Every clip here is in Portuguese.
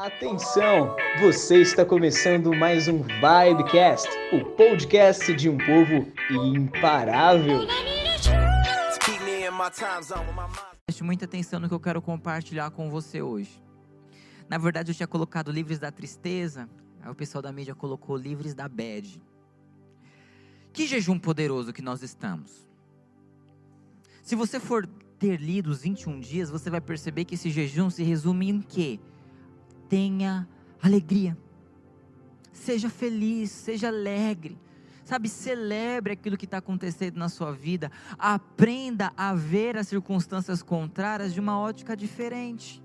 Atenção, você está começando mais um Vibecast, o podcast de um povo imparável. Preste muita atenção no que eu quero compartilhar com você hoje. Na verdade, eu tinha colocado livres da tristeza, aí o pessoal da mídia colocou livres da bad. Que jejum poderoso que nós estamos. Se você for ter lido os 21 dias, você vai perceber que esse jejum se resume em quê? Tenha alegria, seja feliz, seja alegre, sabe, celebre aquilo que está acontecendo na sua vida, aprenda a ver as circunstâncias contrárias de uma ótica diferente,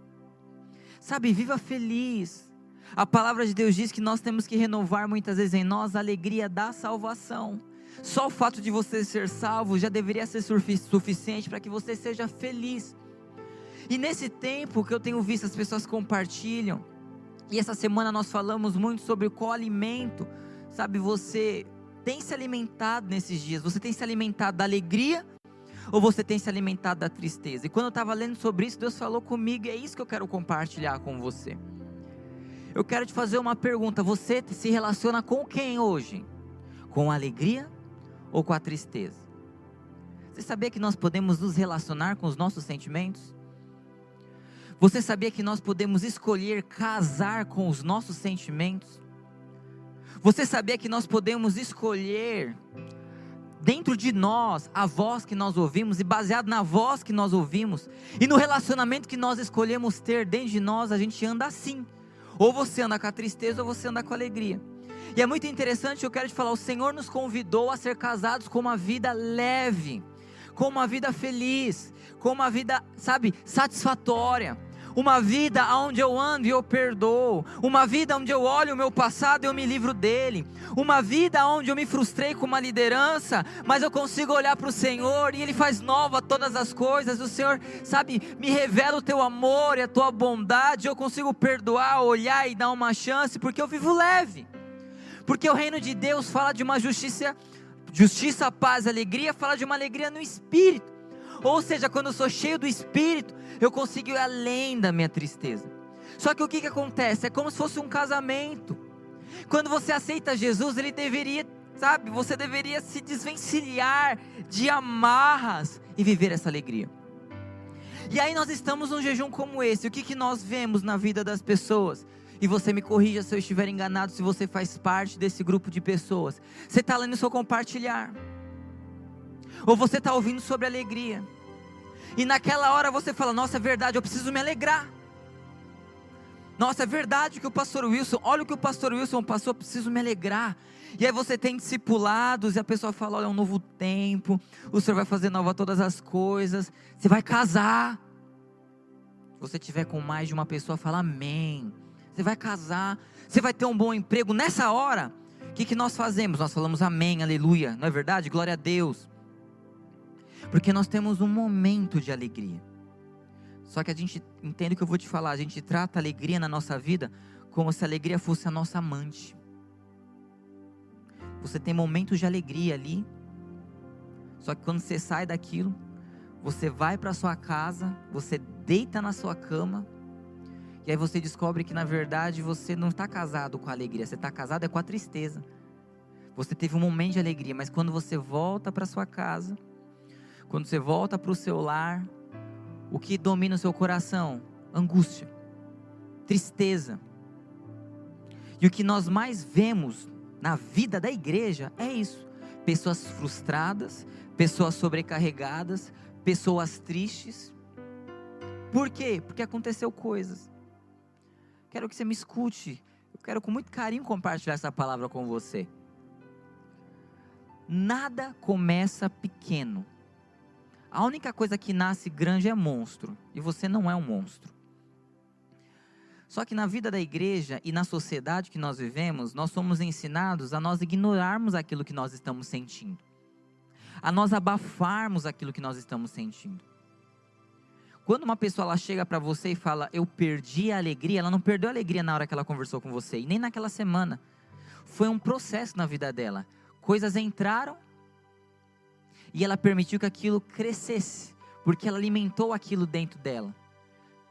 sabe, viva feliz. A palavra de Deus diz que nós temos que renovar muitas vezes em nós a alegria da salvação. Só o fato de você ser salvo já deveria ser suficiente para que você seja feliz. E nesse tempo que eu tenho visto as pessoas compartilham, e essa semana nós falamos muito sobre qual alimento, sabe, você tem se alimentado nesses dias. Você tem se alimentado da alegria ou você tem se alimentado da tristeza? E quando eu estava lendo sobre isso, Deus falou comigo, e é isso que eu quero compartilhar com você. Eu quero te fazer uma pergunta: você se relaciona com quem hoje? Com a alegria ou com a tristeza? Você sabia que nós podemos nos relacionar com os nossos sentimentos? Você sabia que nós podemos escolher casar com os nossos sentimentos? Você sabia que nós podemos escolher dentro de nós a voz que nós ouvimos, e baseado na voz que nós ouvimos e no relacionamento que nós escolhemos ter dentro de nós, a gente anda assim. Ou você anda com a tristeza ou você anda com a alegria. E é muito interessante, eu quero te falar, o Senhor nos convidou a ser casados com uma vida leve, com uma vida feliz, com uma vida, sabe, satisfatória. Uma vida onde eu ando e eu perdoo. Uma vida onde eu olho o meu passado e eu me livro dele. Uma vida onde eu me frustrei com uma liderança, mas eu consigo olhar para o Senhor e Ele faz nova todas as coisas. O Senhor, sabe, me revela o teu amor e a tua bondade. Eu consigo perdoar, olhar e dar uma chance, porque eu vivo leve. Porque o reino de Deus fala de uma justiça, paz, alegria, fala de uma alegria no Espírito. Ou seja, quando eu sou cheio do Espírito, eu consigo ir além da minha tristeza. Só que o que acontece? É como se fosse um casamento. Quando você aceita Jesus, Ele deveria, sabe, você deveria se desvencilhar de amarras e viver essa alegria. E aí nós estamos num jejum como esse. O que nós vemos na vida das pessoas? E você me corrija se eu estiver enganado, se você faz parte desse grupo de pessoas. Você está lendo o seu compartilhar, ou você está ouvindo sobre alegria, e naquela hora você fala: nossa, é verdade, eu preciso me alegrar. Nossa, é verdade que o pastor Wilson, olha o que o pastor Wilson passou, eu preciso me alegrar. E aí você tem discipulados, e a pessoa fala: olha, é um novo tempo, o Senhor vai fazer nova todas as coisas, você vai casar. Se você tiver com mais de uma pessoa, fala amém. Você vai casar, você vai ter um bom emprego. Nessa hora, o que nós fazemos? Nós falamos amém, aleluia, não é verdade? Glória a Deus. Porque nós temos um momento de alegria. Só que a gente entende o que eu vou te falar. A gente trata a alegria na nossa vida como se a alegria fosse a nossa amante. Você tem momentos de alegria ali. Só que quando você sai daquilo, você vai para sua casa, você deita na sua cama, e aí você descobre que na verdade você não está casado com a alegria. Você está casado com a tristeza. Você teve um momento de alegria, mas quando você volta para sua casa, quando você volta para o seu lar, o que domina o seu coração? Angústia, tristeza. E o que nós mais vemos na vida da igreja é isso: pessoas frustradas, pessoas sobrecarregadas, pessoas tristes. Por quê? Porque aconteceu coisas. Quero que você me escute. Eu quero com muito carinho compartilhar essa palavra com você. Nada começa pequeno. A única coisa que nasce grande é monstro, e você não é um monstro. Só que na vida da igreja e na sociedade que nós vivemos, nós somos ensinados a nós ignorarmos aquilo que nós estamos sentindo, a nós abafarmos aquilo que nós estamos sentindo. Quando uma pessoa ela chega para você e fala: eu perdi a alegria, ela não perdeu a alegria na hora que ela conversou com você, e nem naquela semana. Foi um processo na vida dela. Coisas entraram, e ela permitiu que aquilo crescesse, porque ela alimentou aquilo dentro dela.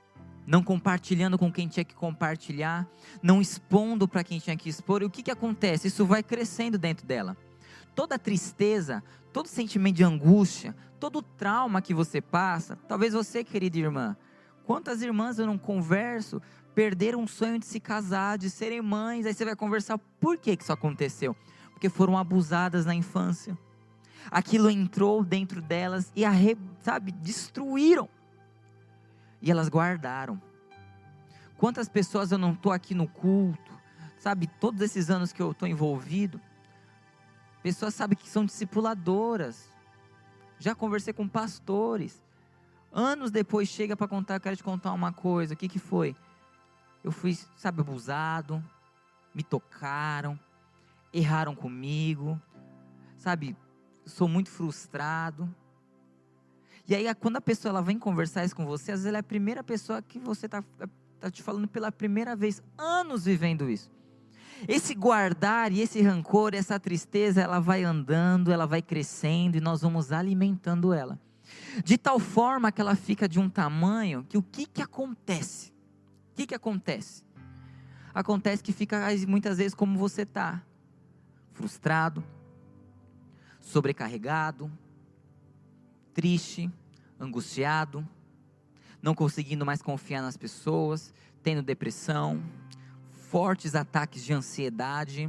não compartilhando com quem tinha que compartilhar, não expondo para quem tinha que expor. E o que acontece? Isso vai crescendo dentro dela. Toda tristeza, todo sentimento de angústia, todo trauma que você passa, talvez você, querida irmã, quantas irmãs eu não converso, perderam um sonho de se casar, de serem mães, aí você vai conversar, por que isso aconteceu? Porque foram abusadas na infância, aquilo entrou dentro delas e destruíram, e elas guardaram. Quantas pessoas eu não estou aqui no culto, todos esses anos que eu estou envolvido, pessoas que são discipuladoras, já conversei com pastores, anos depois chega para contar, eu quero te contar uma coisa, o que foi? Eu fui, abusado, me tocaram, erraram comigo, sou muito frustrado. E aí quando a pessoa ela vem conversar isso com você, às vezes ela é a primeira pessoa que você está te falando pela primeira vez, anos vivendo isso. Esse guardar e esse rancor, essa tristeza, ela vai andando, ela vai crescendo e nós vamos alimentando ela. De tal forma que ela fica de um tamanho que o que acontece? O que acontece? Acontece que fica muitas vezes como você está. Frustrado, sobrecarregado, triste, angustiado, não conseguindo mais confiar nas pessoas, tendo depressão, fortes ataques de ansiedade,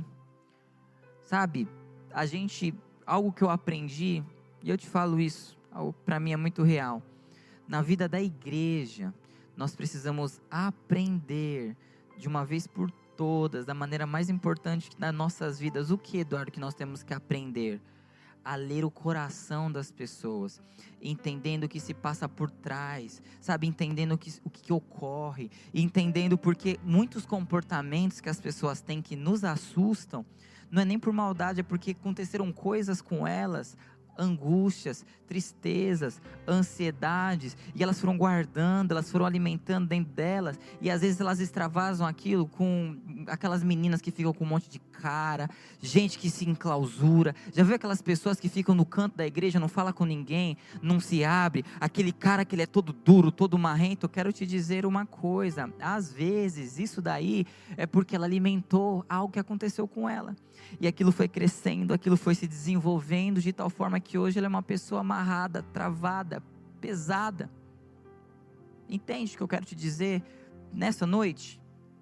algo que eu aprendi, e eu te falo isso, para mim é muito real, na vida da igreja, nós precisamos aprender, de uma vez por todas, da maneira mais importante das nossas vidas, o que, Eduardo, que nós temos que aprender? A ler o coração das pessoas, entendendo o que se passa por trás, entendendo o que ocorre, entendendo porque muitos comportamentos que as pessoas têm que nos assustam, não é nem por maldade, é porque aconteceram coisas com elas, angústias, tristezas, ansiedades, e elas foram guardando, elas foram alimentando dentro delas, e às vezes elas extravasam aquilo com aquelas meninas que ficam com um monte de cara, gente que se enclausura, já viu aquelas pessoas que ficam no canto da igreja, não fala com ninguém, não se abre, aquele cara que ele é todo duro, todo marrento. Eu quero te dizer uma coisa, às vezes isso daí é porque ela alimentou algo que aconteceu com ela, e aquilo foi crescendo, aquilo foi se desenvolvendo de tal forma que hoje ela é uma pessoa amarrada, travada, pesada. Entende o que eu quero te dizer nessa noite?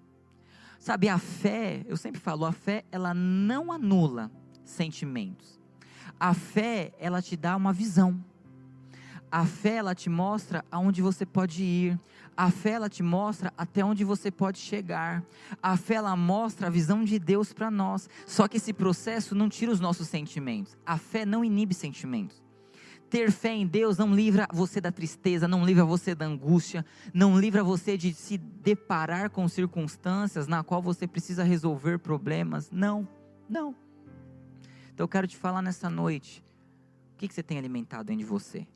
A fé, eu sempre falo, a fé ela não anula sentimentos. A fé ela te dá uma visão. A fé ela te mostra aonde você pode ir. A fé ela te mostra até onde você pode chegar. A fé ela mostra a visão de Deus para nós. Só que esse processo não tira os nossos sentimentos. A fé não inibe sentimentos. Ter fé em Deus não livra você da tristeza, não livra você da angústia, não livra você de se deparar com circunstâncias na qual você precisa resolver problemas. Não. Então eu quero te falar nessa noite, o que você tem alimentado dentro de você?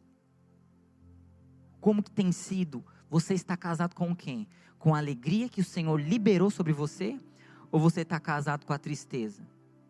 Como que tem sido? Você está casado com quem? Com a alegria que o Senhor liberou sobre você? Ou você está casado com a tristeza?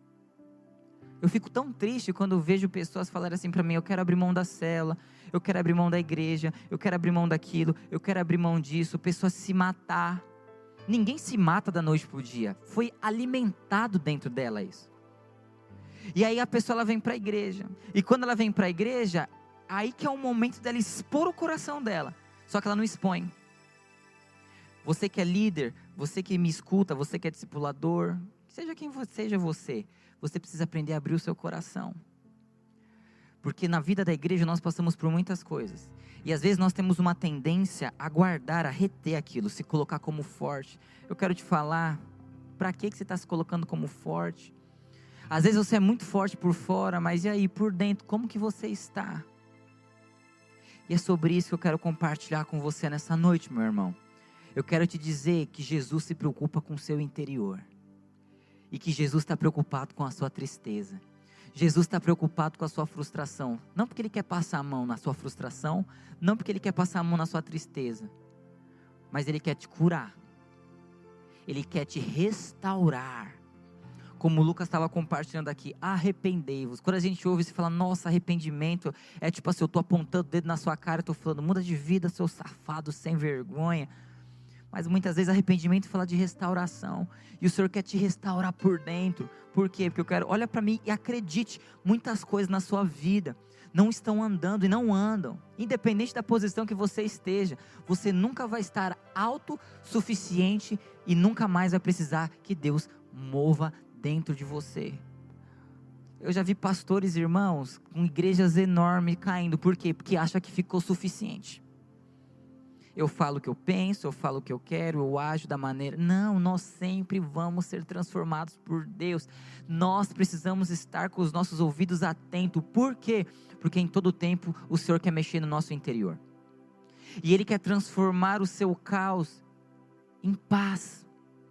Eu fico tão triste quando eu vejo pessoas falarem assim para mim, eu quero abrir mão da célula, eu quero abrir mão da igreja, eu quero abrir mão daquilo, eu quero abrir mão disso, pessoas se matar. Ninguém se mata da noite para o dia, foi alimentado dentro dela isso. E aí a pessoa ela vem para a igreja, e quando ela vem para a igreja, aí que é o momento dela expor o coração dela, só que ela não expõe. Você que é líder, você que me escuta, você que é discipulador, seja quem seja você precisa aprender a abrir o seu coração. Porque na vida da igreja nós passamos por muitas coisas. E às vezes nós temos uma tendência a guardar, a reter aquilo, se colocar como forte. Eu quero te falar, para que você está se colocando como forte? Às vezes você é muito forte por fora, mas e aí por dentro, como que você está? E é sobre isso que eu quero compartilhar com você nessa noite, meu irmão. Eu quero te dizer que Jesus se preocupa com o seu interior. E que Jesus está preocupado com a sua tristeza. Jesus está preocupado com a sua frustração. Não porque Ele quer passar a mão na sua frustração. Não porque Ele quer passar a mão na sua tristeza. Mas Ele quer te curar. Ele quer te restaurar. Como o Lucas estava compartilhando aqui. Arrependei-vos. Quando a gente ouve isso e fala, nossa, arrependimento. É tipo assim, eu estou apontando o dedo na sua cara. Estou falando, muda de vida, seu safado, sem vergonha. Mas muitas vezes arrependimento fala de restauração. E o Senhor quer te restaurar por dentro. Por quê? Porque eu quero, olha para mim e acredite, muitas coisas na sua vida não estão andando e não andam. Independente da posição que você esteja, você nunca vai estar autossuficiente e nunca mais vai precisar que Deus mova dentro de você. Eu já vi pastores, irmãos, com igrejas enormes caindo. Por quê? Porque acha que ficou suficiente. Eu falo o que eu penso, eu falo o que eu quero, eu ajo da maneira... Não, nós sempre vamos ser transformados por Deus. Nós precisamos estar com os nossos ouvidos atentos. Por quê? Porque em todo tempo o Senhor quer mexer no nosso interior. E Ele quer transformar o seu caos em paz.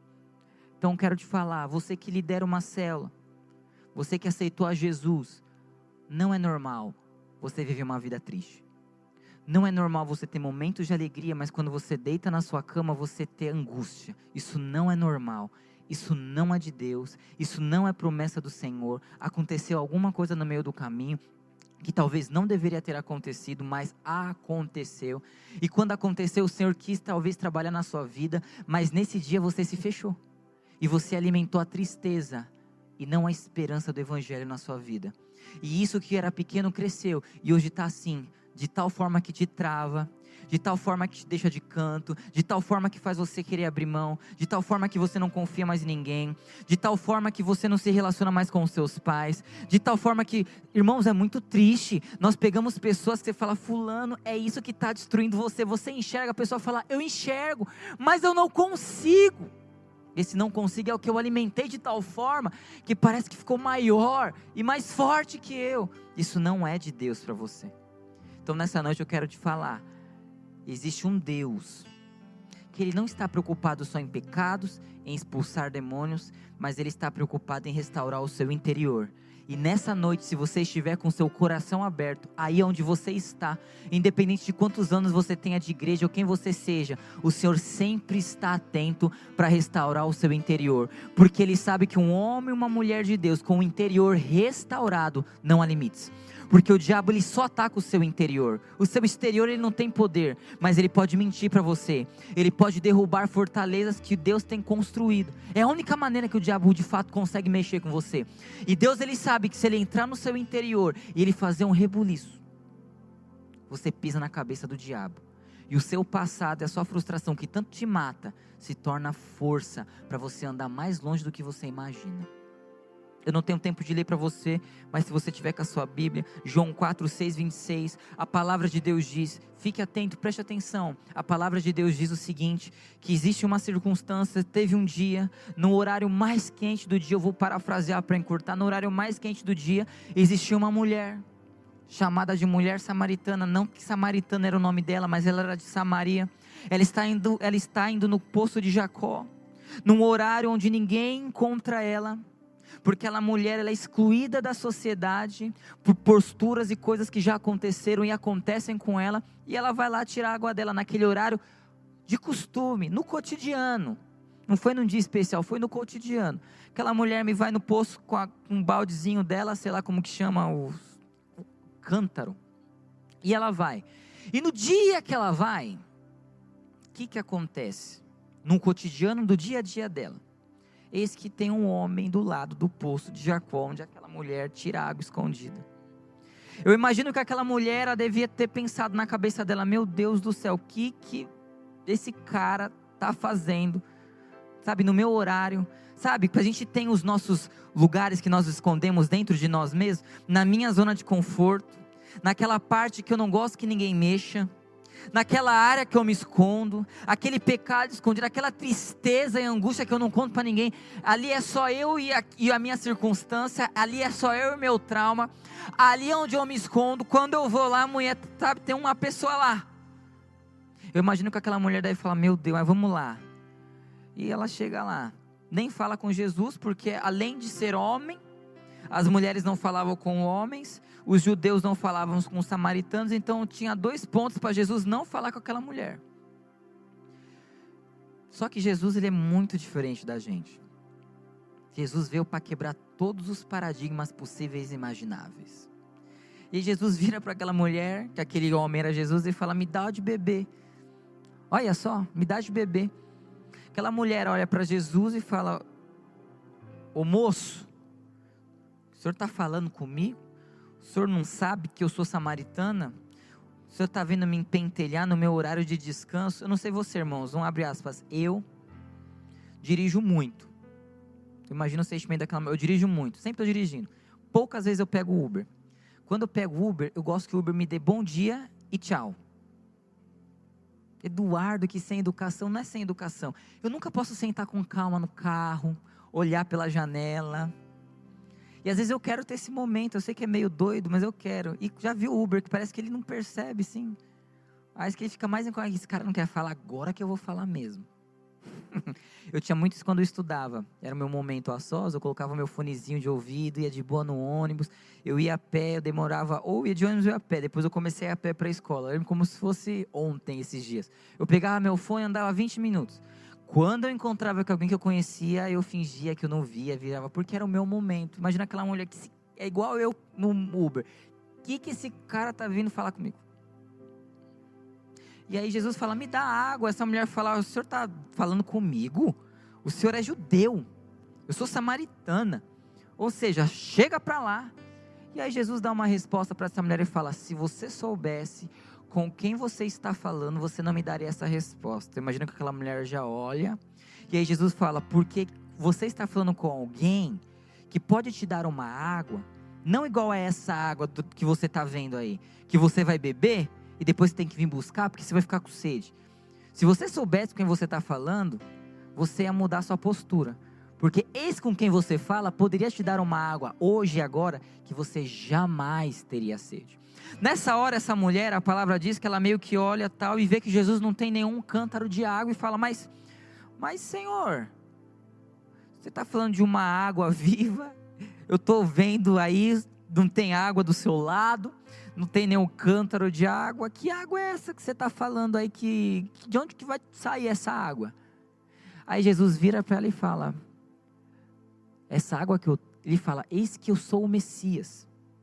Então quero te falar, você que lidera uma célula, você que aceitou a Jesus, não é normal você viver uma vida triste. Não é normal você ter momentos de alegria, mas quando você deita na sua cama, você ter angústia. Isso não é normal. Isso não é de Deus. Isso não é promessa do Senhor. Aconteceu alguma coisa no meio do caminho que talvez não deveria ter acontecido, mas aconteceu. E quando aconteceu, o Senhor quis talvez trabalhar na sua vida, mas nesse dia você se fechou. E você alimentou a tristeza e não a esperança do Evangelho na sua vida. E isso que era pequeno cresceu e hoje está assim, de tal forma que te trava, de tal forma que te deixa de canto, de tal forma que faz você querer abrir mão, de tal forma que você não confia mais em ninguém, de tal forma que você não se relaciona mais com os seus pais, de tal forma que, irmãos, é muito triste, nós pegamos pessoas que você fala, fulano, é isso que está destruindo você, você enxerga, a pessoa fala, eu enxergo, mas eu não consigo. Esse não consigo é o que eu alimentei de tal forma que parece que ficou maior e mais forte que eu. Isso não é de Deus para você. Então nessa noite eu quero te falar, existe um Deus que Ele não está preocupado só em pecados, em expulsar demônios, mas Ele está preocupado em restaurar o seu interior. E nessa noite, se você estiver com seu coração aberto, aí onde você está, independente de quantos anos você tenha de igreja ou quem você seja, o Senhor sempre está atento para restaurar o seu interior, porque Ele sabe que um homem e uma mulher de Deus com o interior restaurado, não há limites. Porque o diabo ele só ataca o seu interior. O seu exterior ele não tem poder, mas ele pode mentir para você. Ele pode derrubar fortalezas que Deus tem construído. É a única maneira que o diabo de fato consegue mexer com você. E Deus ele sabe que se ele entrar no seu interior e ele fazer um rebuliço, você pisa na cabeça do diabo. E o seu passado e a sua frustração que tanto te mata, se torna força para você andar mais longe do que você imagina. Eu não tenho tempo de ler para você, mas se você tiver com a sua Bíblia, João 4, 6, 26, a palavra de Deus diz, fique atento, preste atenção, a palavra de Deus diz o seguinte, que existe uma circunstância, teve um dia, no horário mais quente do dia, eu vou parafrasear para encurtar, no horário mais quente do dia, existia uma mulher, chamada de mulher samaritana, não que samaritana era o nome dela, mas ela era de Samaria, ela está indo no poço de Jacó, num horário onde ninguém encontra ela, porque aquela mulher ela é excluída da sociedade, por posturas e coisas que já aconteceram e acontecem com ela, e ela vai lá tirar a água dela naquele horário de costume, no cotidiano, não foi num dia especial, foi no cotidiano, aquela mulher me vai no poço com um baldezinho dela, sei lá como que chama, o cântaro, e ela vai, e no dia que ela vai, o que acontece? No cotidiano do dia a dia dela, eis que tem um homem do lado do poço de Jacó, onde aquela mulher tira água escondida. Eu imagino que aquela mulher, ela devia ter pensado na cabeça dela, meu Deus do céu, o que esse cara está fazendo, sabe, no meu horário, sabe, a gente tem os nossos lugares que nós escondemos dentro de nós mesmos, na minha zona de conforto, naquela parte que eu não gosto que ninguém mexa, naquela área que eu me escondo, aquele pecado escondido, aquela tristeza e angústia que eu não conto para ninguém, ali é só eu e a minha circunstância, ali é só eu e meu trauma, ali é onde eu me escondo, quando eu vou lá, a mulher, sabe, tem uma pessoa lá, eu imagino que aquela mulher deve falar, meu Deus, mas vamos lá, e ela chega lá, nem fala com Jesus, porque além de ser homem, as mulheres não falavam com homens, os judeus não falavam com os samaritanos, então tinha 2 pontos para Jesus não falar com aquela mulher. Só que Jesus ele é muito diferente da gente. Jesus veio para quebrar todos os paradigmas possíveis e imagináveis. E Jesus vira para aquela mulher, que aquele homem era Jesus, e fala, me dá de beber. Olha só, me dá de beber. Aquela mulher olha para Jesus e fala: ô moço, o senhor está falando comigo? O senhor não sabe que eu sou samaritana? O senhor está vendo me pentelhar no meu horário de descanso? Eu não sei você, irmãos, vamos abrir aspas. Eu dirijo muito. Imagina o sentimento daquela mulher. Eu dirijo muito, sempre estou dirigindo. Poucas vezes eu pego o Uber. Quando eu pego o Uber, eu gosto que o Uber me dê bom dia e tchau. Eduardo, que sem educação não é sem educação. Eu nunca posso sentar com calma no carro, olhar pela janela. E às vezes eu quero ter esse momento, eu sei que é meio doido, mas eu quero. E já vi o Uber, que parece que ele não percebe, sim. Aí que ele fica mais encolhido, esse cara não quer falar, agora que eu vou falar mesmo. Eu tinha muito isso quando eu estudava. Era o meu momento a sós, eu colocava meu fonezinho de ouvido, ia de boa no ônibus, eu ia a pé, eu demorava, ou ia de ônibus ou ia a pé, depois eu comecei a pé para a escola. Eu lembro como se fosse ontem esses dias. Eu pegava meu fone e andava 20 minutos. Quando eu encontrava com alguém que eu conhecia, eu fingia que eu não via, virava, porque era o meu momento. Imagina aquela mulher que é igual eu no Uber. O que esse cara tá vindo falar comigo? E aí Jesus fala, me dá água. Essa mulher fala, o senhor está falando comigo? O senhor é judeu, eu sou samaritana. Ou seja, chega para lá. E aí Jesus dá uma resposta para essa mulher e fala, se você soubesse com quem você está falando, você não me daria essa resposta. Imagina que aquela mulher já olha. E aí Jesus fala, porque você está falando com alguém que pode te dar uma água, não igual a essa água que você está vendo aí, que você vai beber e depois você tem que vir buscar, porque você vai ficar com sede. Se você soubesse com quem você está falando, você ia mudar sua postura. Porque esse com quem você fala poderia te dar uma água hoje e agora que você jamais teria sede. Nessa hora, essa mulher, a palavra diz que ela meio que olha tal e vê que Jesus não tem nenhum cântaro de água e fala, mas Senhor, você está falando de uma água viva, eu estou vendo aí, não tem água do seu lado, não tem nenhum cântaro de água, que água é essa que você está falando aí, de onde que vai sair essa água? Aí Jesus vira para ela e fala, essa água ele fala, eis que eu sou o Messias.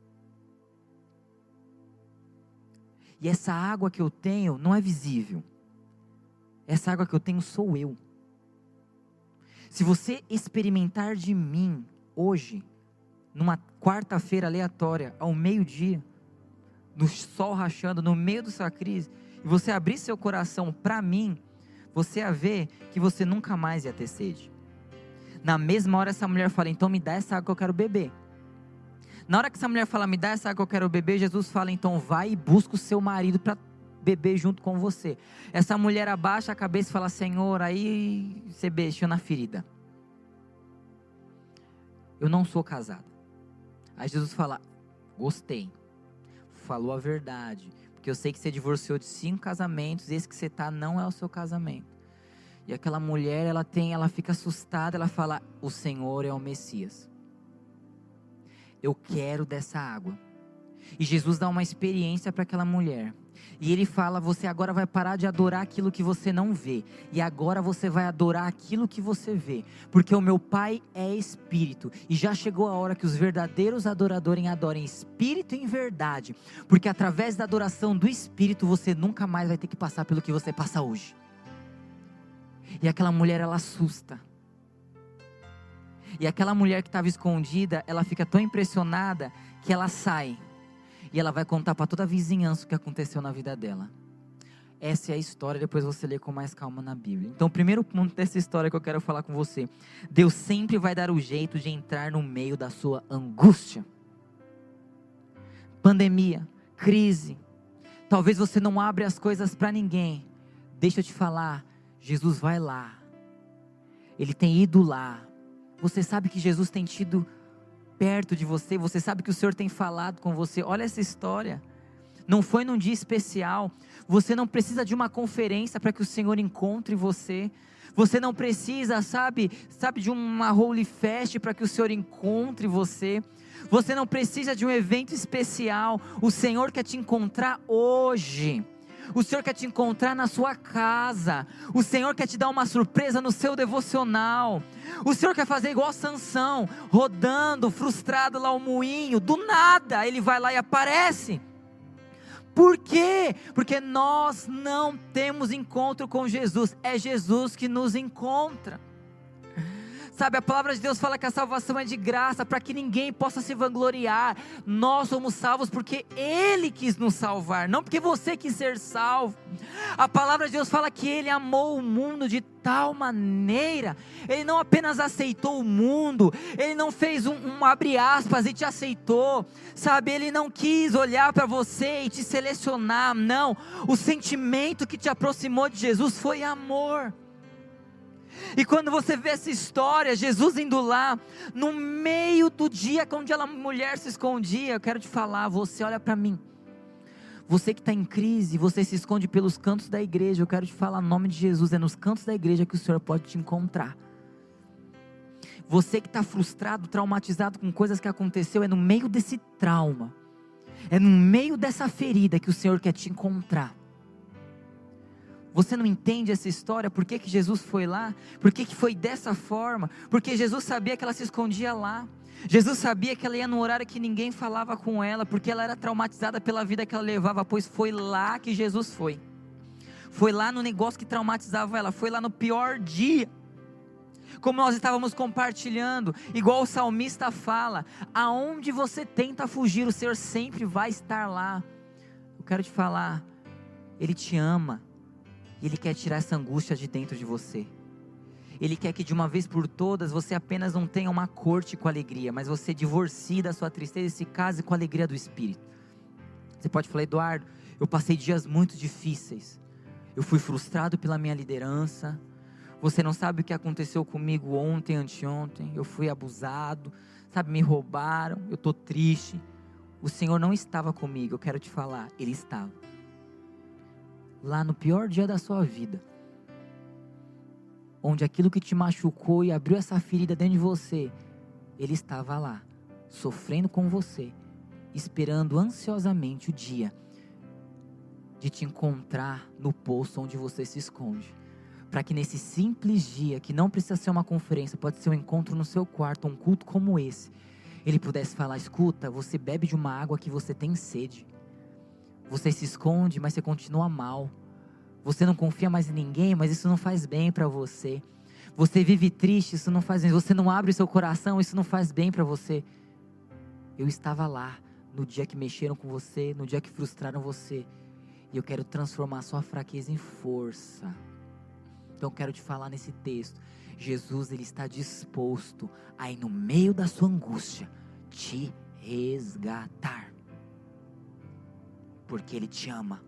E essa água que eu tenho não é visível. Essa água que eu tenho sou eu. Se você experimentar de mim hoje, numa quarta-feira aleatória, ao meio-dia, no sol rachando, no meio da sua crise, e você abrir seu coração para mim, você ia ver que você nunca mais ia ter sede. Na mesma hora essa mulher fala, então me dá essa água que eu quero beber. Na hora que essa mulher fala, me dá essa água que eu quero beber, Jesus fala, então vai e busca o seu marido para beber junto com você. Essa mulher abaixa a cabeça e fala, Senhor, aí você beijou na ferida. Eu não sou casada. Aí Jesus fala, gostei, falou a verdade, porque eu sei que você divorciou de 5 casamentos, esse que você está não é o seu casamento. E aquela mulher, ela fica assustada, ela fala, o Senhor é o Messias. Eu quero dessa água. E Jesus dá uma experiência para aquela mulher. E ele fala, você agora vai parar de adorar aquilo que você não vê. E agora você vai adorar aquilo que você vê. Porque o meu Pai é Espírito. E já chegou a hora que os verdadeiros adoradores adorem Espírito e em verdade. Porque através da adoração do Espírito, você nunca mais vai ter que passar pelo que você passa hoje. E aquela mulher, ela assusta. E aquela mulher que estava escondida, ela fica tão impressionada que ela sai. E ela vai contar para toda a vizinhança o que aconteceu na vida dela. Essa é a história, depois você lê com mais calma na Bíblia. Então o primeiro ponto dessa história que eu quero falar com você. Deus sempre vai dar o jeito de entrar no meio da sua angústia. Pandemia, crise. Talvez você não abra as coisas para ninguém. Deixa eu te falar, Jesus vai lá. Ele tem ido lá. Você sabe que Jesus tem tido perto de você, você sabe que o Senhor tem falado com você. Olha essa história, não foi num dia especial, você não precisa de uma conferência para que o Senhor encontre você, você não precisa, sabe de uma Holy Fest para que o Senhor encontre você, você não precisa de um evento especial, o Senhor quer te encontrar hoje. O Senhor quer te encontrar na sua casa. O Senhor quer te dar uma surpresa no seu devocional. O Senhor quer fazer igual Sansão, rodando, frustrado lá o moinho. Do nada, ele vai lá e aparece. Por quê? Porque nós não temos encontro com Jesus, é Jesus que nos encontra. Sabe, a palavra de Deus fala que a salvação é de graça, para que ninguém possa se vangloriar. Nós somos salvos porque Ele quis nos salvar, não porque você quis ser salvo. A palavra de Deus fala que Ele amou o mundo de tal maneira, Ele não apenas aceitou o mundo, Ele não fez um abre aspas e te aceitou, sabe, Ele não quis olhar para você e te selecionar, não. O sentimento que te aproximou de Jesus foi amor. E quando você vê essa história, Jesus indo lá, no meio do dia, onde a mulher se escondia, eu quero te falar, você olha para mim, você que está em crise, você se esconde pelos cantos da igreja, eu quero te falar, em nome de Jesus, é nos cantos da igreja que o Senhor pode te encontrar. Você que está frustrado, traumatizado com coisas que aconteceu, é no meio desse trauma, é no meio dessa ferida que o Senhor quer te encontrar. Você não entende essa história? Por que Jesus foi lá? Por que foi dessa forma? Porque Jesus sabia que ela se escondia lá. Jesus sabia que ela ia no horário que ninguém falava com ela, porque ela era traumatizada pela vida que ela levava, pois foi lá que Jesus foi. Foi lá no negócio que traumatizava ela, foi lá no pior dia. Como nós estávamos compartilhando, igual o salmista fala, aonde você tenta fugir, o Senhor sempre vai estar lá. Eu quero te falar, Ele te ama. Ele quer tirar essa angústia de dentro de você. Ele quer que de uma vez por todas você apenas não tenha uma corte com alegria, mas você divorcie da sua tristeza e se case com a alegria do Espírito. Você pode falar, Eduardo, eu passei dias muito difíceis. Eu fui frustrado pela minha liderança. Você não sabe o que aconteceu comigo ontem, anteontem. Eu fui abusado, sabe, me roubaram, eu estou triste. O Senhor não estava comigo, eu quero te falar, Ele estava. Lá no pior dia da sua vida, onde aquilo que te machucou e abriu essa ferida dentro de você, Ele estava lá, sofrendo com você, esperando ansiosamente o dia de te encontrar no poço onde você se esconde, para que nesse simples dia, que não precisa ser uma conferência, pode ser um encontro no seu quarto, um culto como esse, Ele pudesse falar, escuta, você bebe de uma água que você tem sede. Você se esconde, mas você continua mal. Você não confia mais em ninguém, mas isso não faz bem para você. Você vive triste, isso não faz bem. Você não abre o seu coração, isso não faz bem para você. Eu estava lá, no dia que mexeram com você, no dia que frustraram você. E eu quero transformar a sua fraqueza em força. Então eu quero te falar nesse texto. Jesus, Ele está disposto a ir no meio da sua angústia, te resgatar. Porque Ele te ama.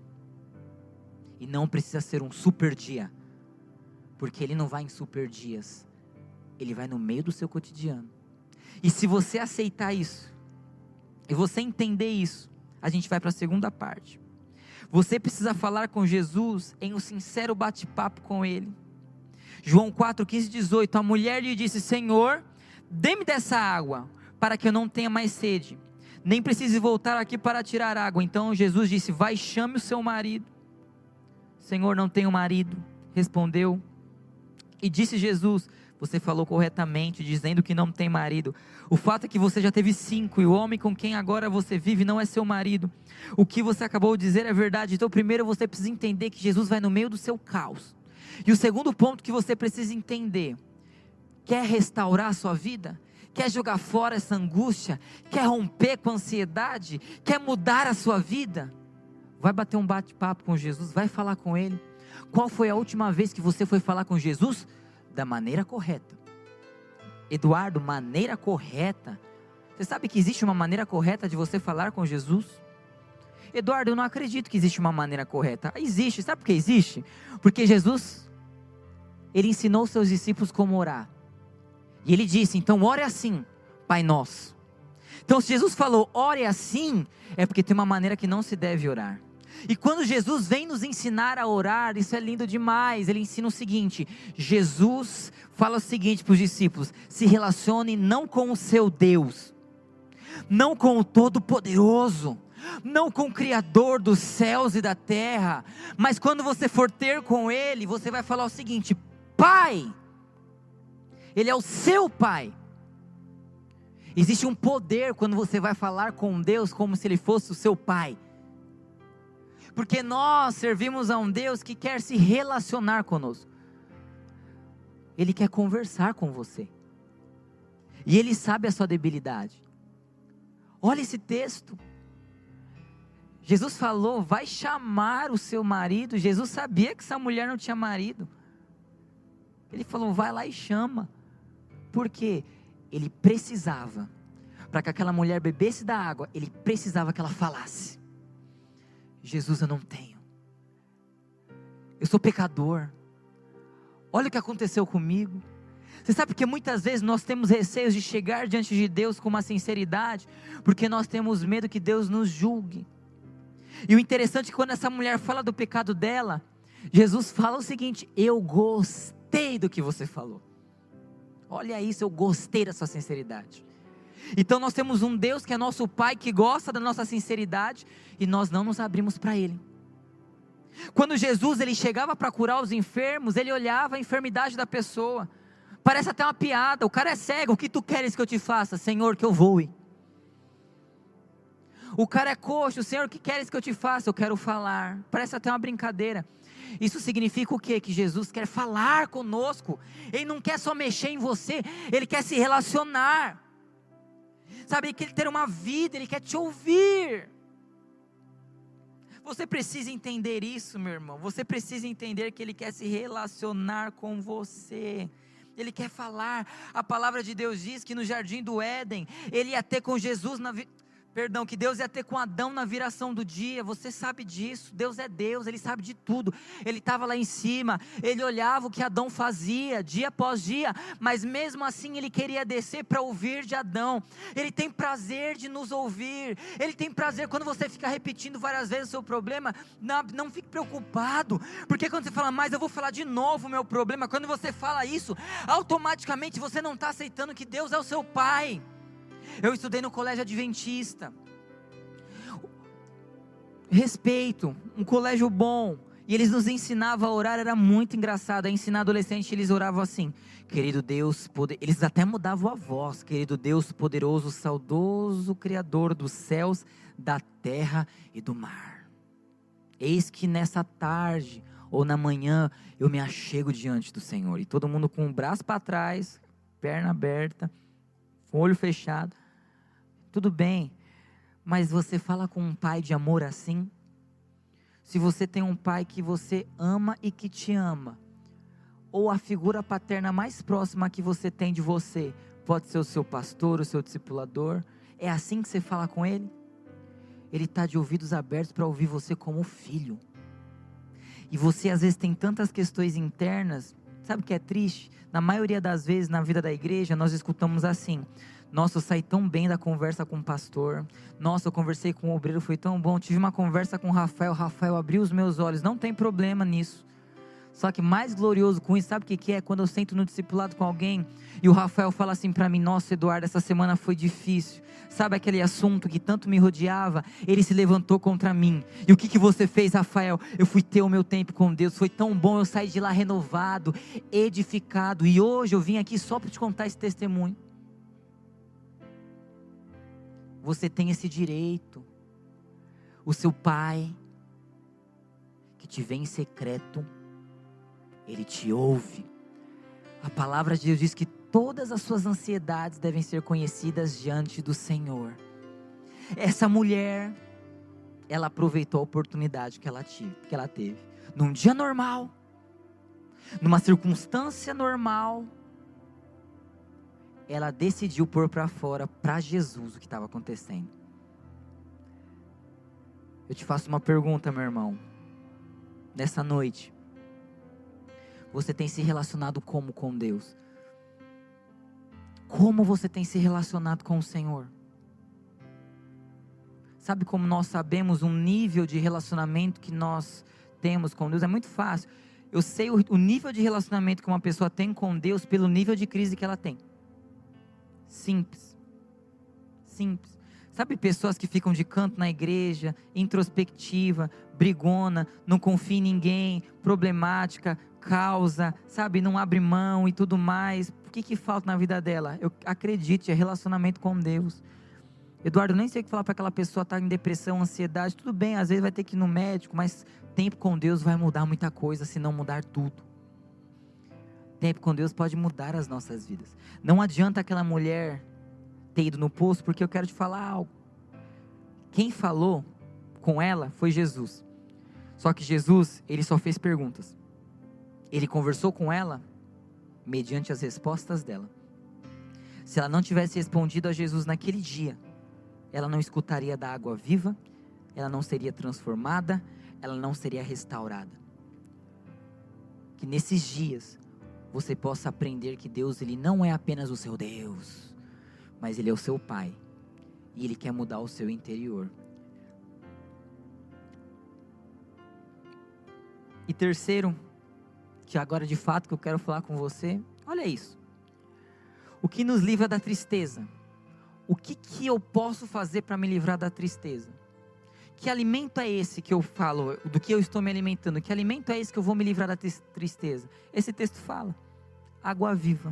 E não precisa ser um super dia. Porque Ele não vai em super dias. Ele vai no meio do seu cotidiano. E se você aceitar isso, e você entender isso, a gente vai para a segunda parte. Você precisa falar com Jesus em um sincero bate-papo com Ele. João 4, 15 e 18. A mulher lhe disse, Senhor, dê-me dessa água, para que eu não tenha mais sede. Nem precise voltar aqui para tirar água. Então Jesus disse, vai, chame o seu marido. Senhor, não tenho marido, respondeu. E disse Jesus, você falou corretamente, dizendo que não tem marido. O fato é que você já teve 5, e o homem com quem agora você vive não é seu marido. O que você acabou de dizer é verdade. Então primeiro você precisa entender que Jesus vai no meio do seu caos. E o segundo ponto que você precisa entender, quer restaurar a sua vida? Quer jogar fora essa angústia? Quer romper com a ansiedade? Quer mudar a sua vida? Vai bater um bate-papo com Jesus, vai falar com Ele. Qual foi a última vez que você foi falar com Jesus? Da maneira correta. Eduardo, maneira correta? Você sabe que existe uma maneira correta de você falar com Jesus? Eduardo, eu não acredito que existe uma maneira correta. Existe, sabe por que existe? Porque Jesus, Ele ensinou os seus discípulos como orar. E Ele disse, então ore assim, Pai Nosso. Então se Jesus falou, ore assim, é porque tem uma maneira que não se deve orar. E quando Jesus vem nos ensinar a orar, isso é lindo demais. Ele ensina o seguinte, Jesus fala o seguinte para os discípulos, se relacione não com o seu Deus, não com o Todo-Poderoso, não com o Criador dos céus e da terra, mas quando você for ter com Ele, você vai falar o seguinte, Pai, Ele é o seu Pai. Existe um poder quando você vai falar com Deus como se Ele fosse o seu Pai. Porque nós servimos a um Deus que quer se relacionar conosco. Ele quer conversar com você. E Ele sabe a sua debilidade. Olha esse texto. Jesus falou, vai chamar o seu marido. Jesus sabia que essa mulher não tinha marido. Ele falou, vai lá e chama. Por quê? Ele precisava, para que aquela mulher bebesse da água, ele precisava que ela falasse. Jesus, eu não tenho. Eu sou pecador. Olha o que aconteceu comigo. Você sabe que muitas vezes nós temos receios de chegar diante de Deus com uma sinceridade, porque nós temos medo que Deus nos julgue. E o interessante é que quando essa mulher fala do pecado dela, Jesus fala o seguinte, eu gostei do que você falou. Olha isso, eu gostei da sua sinceridade. Então nós temos um Deus que é nosso Pai, que gosta da nossa sinceridade, e nós não nos abrimos para Ele. Quando Jesus ele chegava para curar os enfermos, ele olhava a enfermidade da pessoa. Parece até uma piada, o cara é cego, o que tu queres que eu te faça? Senhor, que eu voe. O cara é coxo, Senhor, o que queres que eu te faça? Eu quero falar. Parece até uma brincadeira. Isso significa o quê? Que Jesus quer falar conosco. Ele não quer só mexer em você, Ele quer se relacionar. Sabe, Ele quer ter uma vida, Ele quer te ouvir. Você precisa entender isso, meu irmão. Você precisa entender que Ele quer se relacionar com você. Ele quer falar. A palavra de Deus diz que no jardim do Éden, Ele ia ter com Jesus que Deus ia ter com Adão na viração do dia. Você sabe disso, Deus é Deus, Ele sabe de tudo. Ele estava lá em cima, Ele olhava o que Adão fazia, dia após dia, mas mesmo assim Ele queria descer para ouvir de Adão. Ele tem prazer de nos ouvir, Ele tem prazer quando você fica repetindo várias vezes o seu problema. Não fique preocupado, porque quando você fala, mas eu vou falar de novo o meu problema, quando você fala isso, automaticamente você não está aceitando que Deus é o seu Pai. Eu estudei no colégio adventista, respeito, um colégio bom, e eles nos ensinavam a orar, era muito engraçado. A ensinar adolescente, eles oravam assim, querido Deus, eles até mudavam a voz, querido Deus poderoso, saudoso Criador dos céus, da terra e do mar, eis que nessa tarde, ou na manhã, eu me achego diante do Senhor, e todo mundo com o braço para trás, perna aberta, olho fechado. Tudo bem, mas você fala com um pai de amor assim? Se você tem um pai que você ama e que te ama, ou a figura paterna mais próxima que você tem de você, pode ser o seu pastor, o seu discipulador, é assim que você fala com ele? Ele está de ouvidos abertos para ouvir você como filho. E você às vezes tem tantas questões internas. Sabe o que é triste? Na maioria das vezes na vida da igreja nós escutamos assim, nossa, eu saí tão bem da conversa com o pastor, nossa, eu conversei com o obreiro, foi tão bom, tive uma conversa com o Rafael abriu os meus olhos, não tem problema nisso. Só que mais glorioso com isso, sabe o que é? Quando eu sento no discipulado com alguém e o Rafael fala assim para mim, nossa Eduardo, essa semana foi difícil, sabe aquele assunto que tanto me rodeava, ele se levantou contra mim, e o que você fez, Rafael? Eu fui ter o meu tempo com Deus, foi tão bom, eu saí de lá renovado, edificado, e hoje eu vim aqui só para te contar esse testemunho. Você tem esse direito. O seu pai, que te vê em secreto, Ele te ouve. A palavra de Deus diz que todas as suas ansiedades devem ser conhecidas diante do Senhor. Essa mulher, ela aproveitou a oportunidade que ela teve. Num dia normal, numa circunstância normal, ela decidiu pôr para fora, para Jesus, o que estava acontecendo. Eu te faço uma pergunta, meu irmão. Nessa noite, você tem se relacionado como com Deus? Como você tem se relacionado com o Senhor? Sabe como nós sabemos um nível de relacionamento que nós temos com Deus? É muito fácil. Eu sei o nível de relacionamento que uma pessoa tem com Deus pelo nível de crise que ela tem. Simples. Sabe pessoas que ficam de canto na igreja, introspectiva, brigona, não confia em ninguém, problemática, causa, sabe, não abre mão e tudo mais. O que falta na vida dela? Eu acredito, é relacionamento com Deus. Eduardo, nem sei o que falar para aquela pessoa estar em depressão, ansiedade. Tudo bem, às vezes vai ter que ir no médico, mas tempo com Deus vai mudar muita coisa, se não mudar tudo. Tempo com Deus pode mudar as nossas vidas. Não adianta aquela mulher ter ido no poço, porque eu quero te falar algo. Quem falou com ela foi Jesus. Só que Jesus, ele só fez perguntas. Ele conversou com ela mediante as respostas dela. Se ela não tivesse respondido a Jesus naquele dia, ela não escutaria da água viva, ela não seria transformada, ela não seria restaurada. Que nesses dias você possa aprender que Deus, ele não é apenas o seu Deus, mas ele é o seu Pai, e ele quer mudar o seu interior. E terceiro, que agora de fato que eu quero falar com você, olha isso. O que nos livra da tristeza? O que eu posso fazer para me livrar da tristeza? Que alimento é esse que eu falo, do que eu estou me alimentando? Que alimento é esse que eu vou me livrar da tristeza? Esse texto fala, água viva.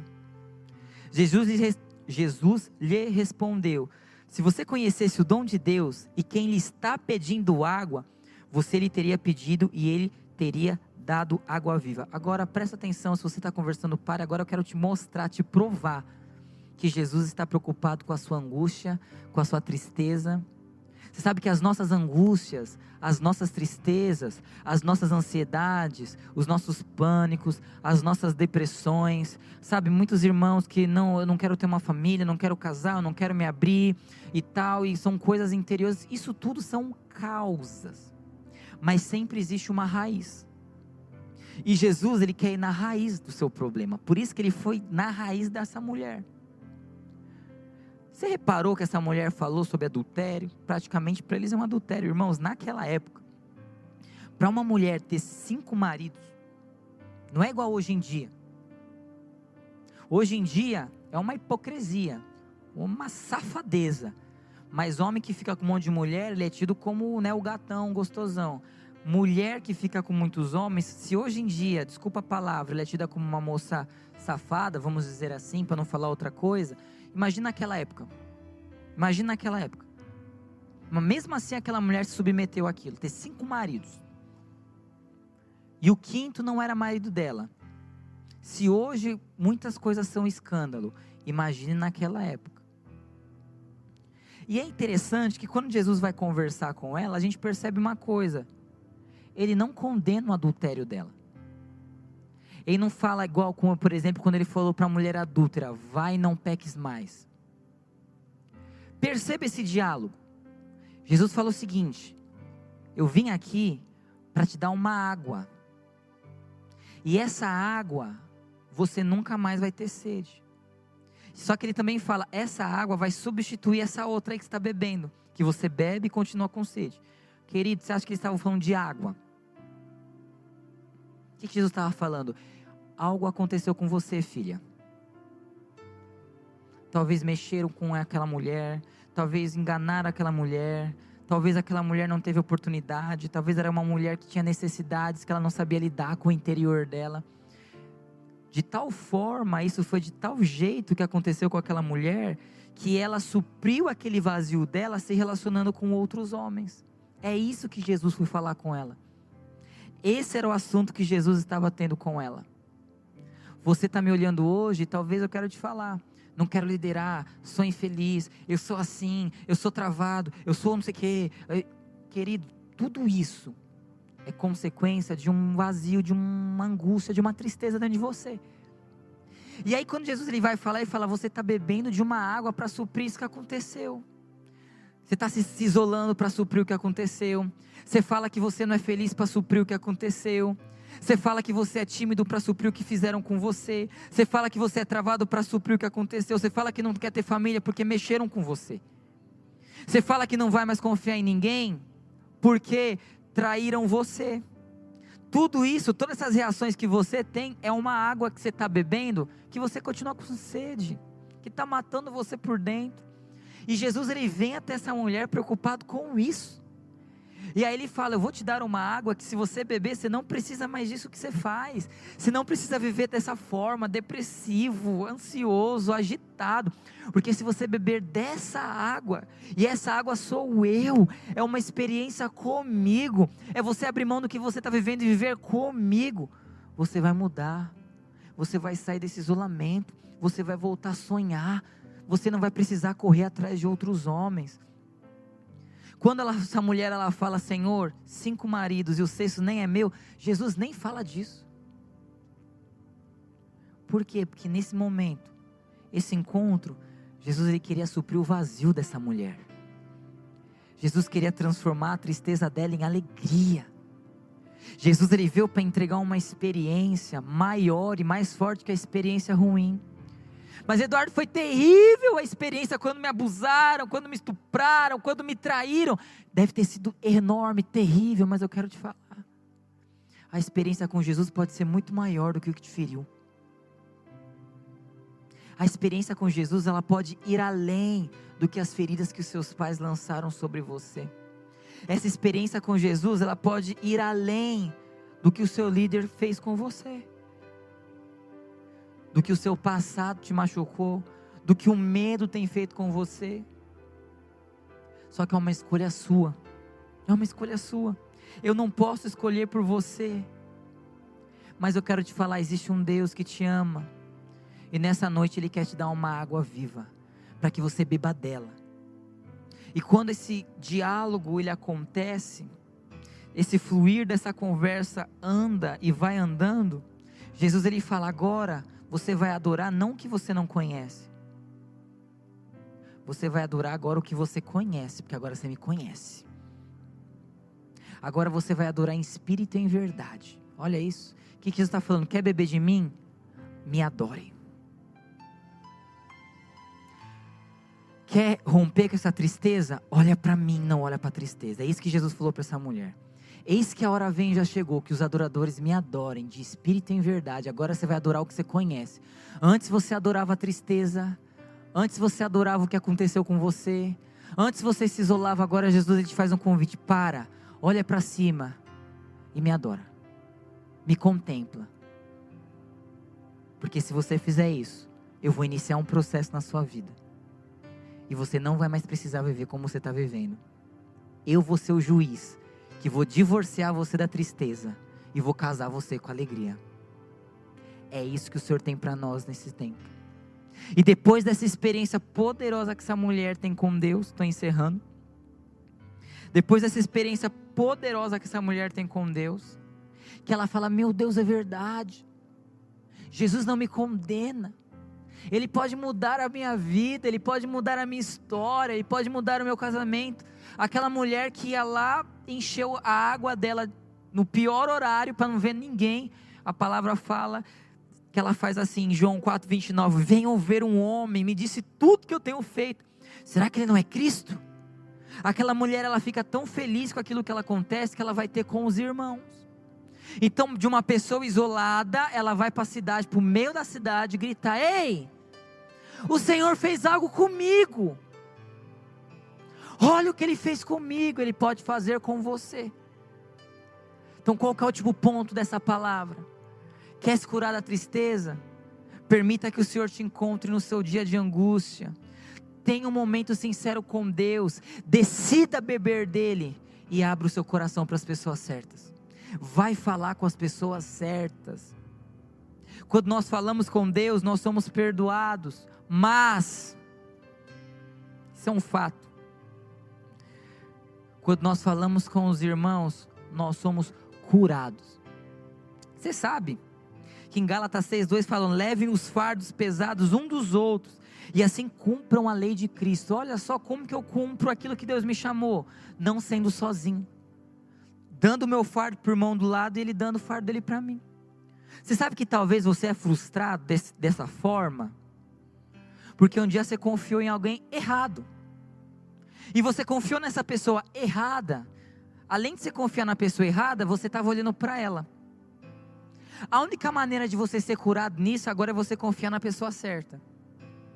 Jesus lhe respondeu, se você conhecesse o dom de Deus e quem lhe está pedindo água, você lhe teria pedido e ele teria dado água viva. Agora presta atenção, se você está conversando, pare, agora eu quero te mostrar, te provar que Jesus está preocupado com a sua angústia, com a sua tristeza. Você sabe que as nossas angústias, as nossas tristezas, as nossas ansiedades, os nossos pânicos, as nossas depressões, sabe, muitos irmãos que não, eu não quero ter uma família, não quero casar, eu não quero me abrir e tal, e são coisas interiores, isso tudo são causas, mas sempre existe uma raiz. E Jesus, ele quer ir na raiz do seu problema, por isso que ele foi na raiz dessa mulher. Você reparou que essa mulher falou sobre adultério? Praticamente para eles é um adultério. Irmãos, naquela época, para uma mulher ter 5 maridos, não é igual hoje em dia. Hoje em dia é uma hipocrisia, uma safadeza. Mas homem que fica com um monte de mulher, ele é tido como, né, o gatão, gostosão. Mulher que fica com muitos homens, se hoje em dia, desculpa a palavra, ela é tida como uma moça safada, vamos dizer assim, para não falar outra coisa. Imagina naquela época. Mas mesmo assim aquela mulher se submeteu àquilo. Ter 5 maridos. E o 5º não era marido dela. Se hoje muitas coisas são escândalo, imagine naquela época. E é interessante que quando Jesus vai conversar com ela, a gente percebe uma coisa. Ele não condena o adultério dela. Ele não fala igual como, por exemplo, quando ele falou para a mulher adúltera, vai e não peques mais. Perceba esse diálogo. Jesus falou o seguinte, eu vim aqui para te dar uma água. E essa água, você nunca mais vai ter sede. Só que ele também fala, essa água vai substituir essa outra aí que você está bebendo. Que você bebe e continua com sede. Querido, você acha que eles estavam falando de água? O que Jesus estava falando? Algo aconteceu com você, filha. Talvez mexeram com aquela mulher, talvez enganaram aquela mulher, talvez aquela mulher não teve oportunidade, talvez era uma mulher que tinha necessidades que ela não sabia lidar com o interior dela. De tal forma, isso foi de tal jeito que aconteceu com aquela mulher, que ela supriu aquele vazio dela se relacionando com outros homens. É isso que Jesus foi falar com ela. Esse era o assunto que Jesus estava tendo com ela. Você está me olhando hoje, talvez eu quero te falar. Não quero liderar, sou infeliz, eu sou assim, eu sou travado, eu sou não sei o quê. Querido, tudo isso é consequência de um vazio, de uma angústia, de uma tristeza dentro de você. E aí quando Jesus ele vai falar, ele fala, você está bebendo de uma água para suprir isso que aconteceu. Você está se isolando para suprir o que aconteceu. Você fala que você não é feliz para suprir o que aconteceu. Você fala que você é tímido para suprir o que fizeram com você. Você fala que você é travado para suprir o que aconteceu. Você fala que não quer ter família porque mexeram com você. Você fala que não vai mais confiar em ninguém porque traíram você. Tudo isso, todas essas reações que você tem, é uma água que você está bebendo, que você continua com sede, que está matando você por dentro. E Jesus ele vem até essa mulher preocupado com isso. E aí ele fala: eu vou te dar uma água que se você beber, você não precisa mais disso que você faz. Você não precisa viver dessa forma, depressivo, ansioso, agitado. Porque se você beber dessa água, e essa água sou eu, é uma experiência comigo, é você abrir mão do que você está vivendo e viver comigo, você vai mudar, você vai sair desse isolamento, você vai voltar a sonhar, você não vai precisar correr atrás de outros homens. Quando essa mulher fala: Senhor, 5 maridos e o 6º nem é meu, Jesus nem fala disso. Por quê? Porque nesse momento, esse encontro, Jesus ele queria suprir o vazio dessa mulher. Jesus queria transformar a tristeza dela em alegria. Jesus ele veio para entregar uma experiência maior e mais forte que a experiência ruim. Mas Eduardo, foi terrível a experiência quando me abusaram, quando me estupraram, quando me traíram. Deve ter sido enorme, terrível, mas eu quero te falar. A experiência com Jesus pode ser muito maior do que o que te feriu. A experiência com Jesus, ela pode ir além do que as feridas que os seus pais lançaram sobre você. Essa experiência com Jesus, ela pode ir além do que o seu líder fez com você. Do que o seu passado te machucou, do que o medo tem feito com você. Só que é uma escolha sua, é uma escolha sua. Eu não posso escolher por você, mas eu quero te falar: existe um Deus que te ama, e nessa noite Ele quer te dar uma água viva, para que você beba dela. E quando esse diálogo ele acontece, esse fluir dessa conversa anda e vai andando, Jesus ele fala: agora você vai adorar não o que você não conhece. Você vai adorar agora o que você conhece, porque agora você me conhece. Agora você vai adorar em espírito e em verdade. Olha isso. O que Jesus está falando? Quer beber de mim? Me adore. Quer romper com essa tristeza? Olha para mim, não olha para a tristeza. É isso que Jesus falou para essa mulher. Eis que a hora vem e já chegou, que os adoradores me adorem, de espírito e em verdade. Agora você vai adorar o que você conhece. Antes você adorava a tristeza, antes você adorava o que aconteceu com você, antes você se isolava. Agora Jesus ele te faz um convite: para, olha para cima e me adora, me contempla. Porque se você fizer isso, eu vou iniciar um processo na sua vida, e você não vai mais precisar viver como você está vivendo. Eu vou ser o juiz, que vou divorciar você da tristeza e vou casar você com a alegria. É isso que o Senhor tem para nós nesse tempo. E depois dessa experiência poderosa que essa mulher tem com Deus, estou encerrando. Depois dessa experiência poderosa que essa mulher tem com Deus, que ela fala: meu Deus, é verdade. Jesus não me condena. Ele pode mudar a minha vida, Ele pode mudar a minha história, Ele pode mudar o meu casamento. Aquela mulher que ia lá, encheu a água dela no pior horário para não ver ninguém. A palavra fala que ela faz assim, em João 4:29, venham ver um homem, me disse tudo que eu tenho feito. Será que ele não é Cristo? Aquela mulher, ela fica tão feliz com aquilo que ela acontece, que ela vai ter com os irmãos. Então, de uma pessoa isolada, ela vai para a cidade, para o meio da cidade, gritar: ei, o Senhor fez algo comigo. Olha o que Ele fez comigo, Ele pode fazer com você. Então qual que é o último ponto dessa palavra? Quer se curar da tristeza? Permita que o Senhor te encontre no seu dia de angústia. Tenha um momento sincero com Deus. Decida beber dele e abra o seu coração para as pessoas certas. Vai falar com as pessoas certas. Quando nós falamos com Deus, nós somos perdoados, mas isso é um fato. Quando nós falamos com os irmãos, nós somos curados. Você sabe que em Gálatas 6:2 falam: levem os fardos pesados um dos outros e assim cumpram a lei de Cristo. Olha só como que eu cumpro aquilo que Deus me chamou, não sendo sozinho, dando o meu fardo para o irmão do lado e ele dando o fardo dele para mim. Você sabe que talvez você é frustrado dessa forma, porque um dia você confiou em alguém errado, e você confiou nessa pessoa errada. Além de você confiar na pessoa errada, você estava olhando para ela. A única maneira de você ser curado nisso agora é você confiar na pessoa certa.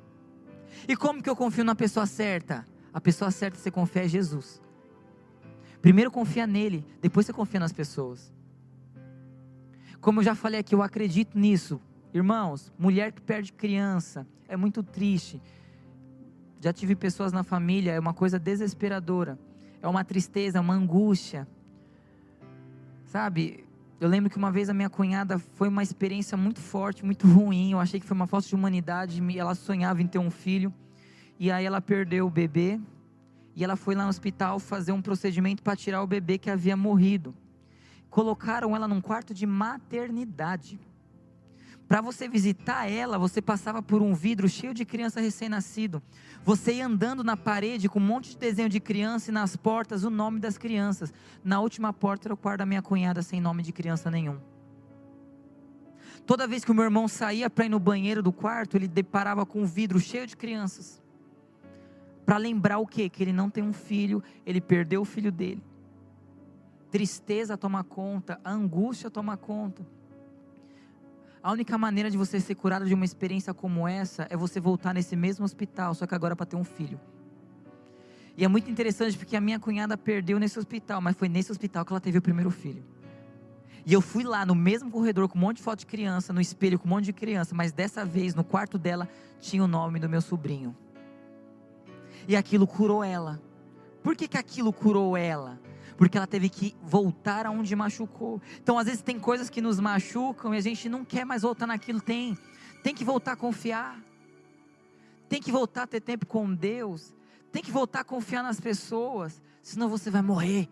E como que eu confio na pessoa certa? A pessoa certa que você confia é Jesus. Primeiro confia nele, depois você confia nas pessoas. Como eu já falei aqui, eu acredito nisso. Irmãos, mulher que perde criança, é muito triste. Já tive pessoas na família, é uma coisa desesperadora. É uma tristeza, uma angústia. Sabe, eu lembro que uma vez a minha cunhada foi uma experiência muito forte, muito ruim. Eu achei que foi uma falta de humanidade. Ela sonhava em ter um filho. E aí ela perdeu o bebê. E ela foi lá no hospital fazer um procedimento para tirar o bebê que havia morrido. Colocaram ela num quarto de maternidade. Para você visitar ela, você passava por um vidro cheio de criança recém-nascido. Você ia andando na parede com um monte de desenho de criança e nas portas o nome das crianças. Na última porta era o quarto da minha cunhada sem nome de criança nenhum. Toda vez que o meu irmão saía para ir no banheiro do quarto, ele deparava com um vidro cheio de crianças. Para lembrar o quê? Que ele não tem um filho, ele perdeu o filho dele. Tristeza toma conta, a angústia toma conta. A única maneira de você ser curado de uma experiência como essa é você voltar nesse mesmo hospital, só que agora para ter um filho. E é muito interessante porque a minha cunhada perdeu nesse hospital, mas foi nesse hospital que ela teve o primeiro filho. E eu fui lá no mesmo corredor com um monte de foto de criança, no espelho com um monte de criança, mas dessa vez no quarto dela tinha o nome do meu sobrinho. E aquilo curou ela. Por que aquilo curou ela? Porque ela teve que voltar aonde machucou. Então às vezes tem coisas que nos machucam e a gente não quer mais voltar naquilo. Tem que voltar a confiar. Tem que voltar a ter tempo com Deus. Tem que voltar a confiar nas pessoas. Senão você vai morrer.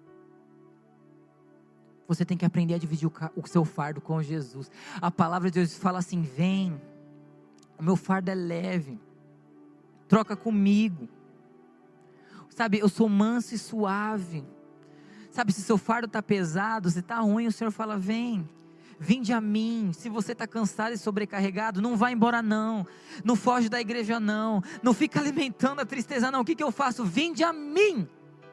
Você tem que aprender a dividir o seu fardo com Jesus. A palavra de Deus fala assim: vem, o meu fardo é leve, troca comigo. Sabe, eu sou manso e suave. Sabe, se seu fardo está pesado, se está ruim, o Senhor fala: vinde a mim. Se você está cansado e sobrecarregado, não vai embora não. Não foge da igreja não. Não fica alimentando a tristeza não. O que eu faço? Vinde a mim.